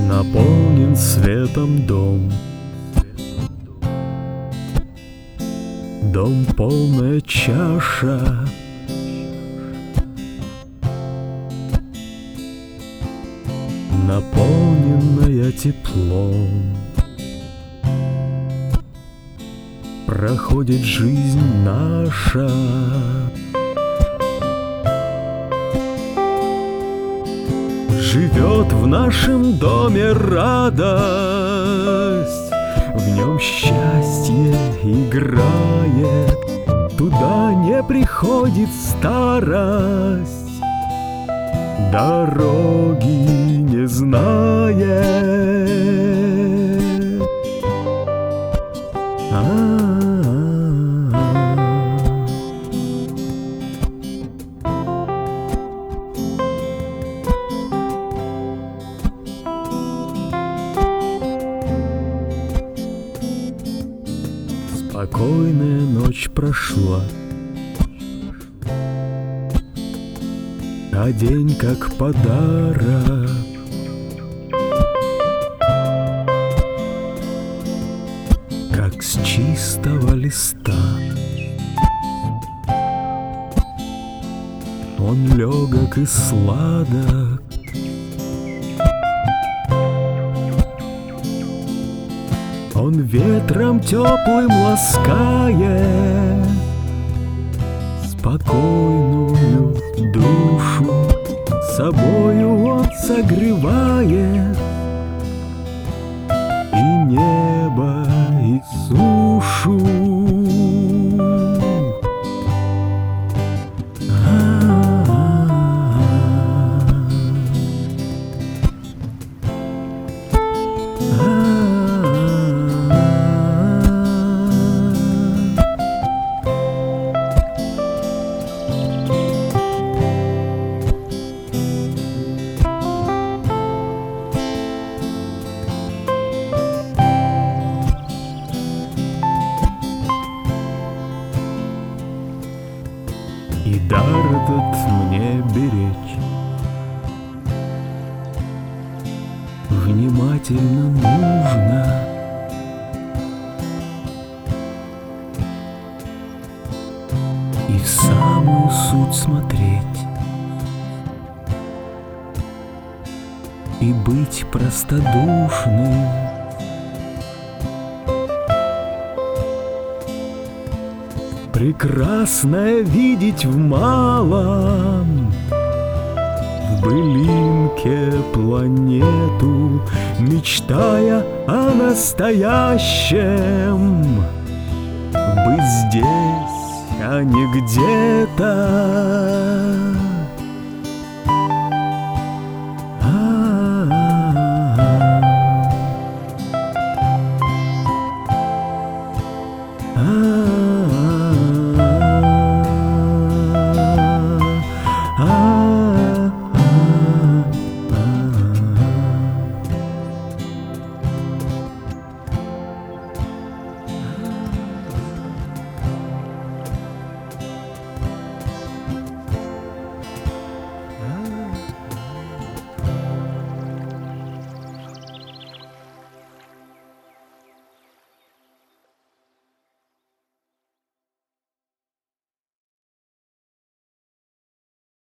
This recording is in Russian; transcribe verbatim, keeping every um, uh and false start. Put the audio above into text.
Наполнен светом дом, дом полная чаша, наполненная теплом. Проходит жизнь наша, живет в нашем доме радость, в нем счастье играет, туда не приходит старость, дороги не знает. А-а-а. Спокойная ночь прошла, а день как подарок. Как с чистого листа он легок и сладок. Он ветром теплым ласкает спокойную душу, собою он согревает и небо, и сушу. И дар этот мне беречь внимательно нужно. И в самую суть смотреть, и быть простодушным. Прекрасное видеть в малом, в былинке планету, мечтая о настоящем. Быть здесь, а не где-то.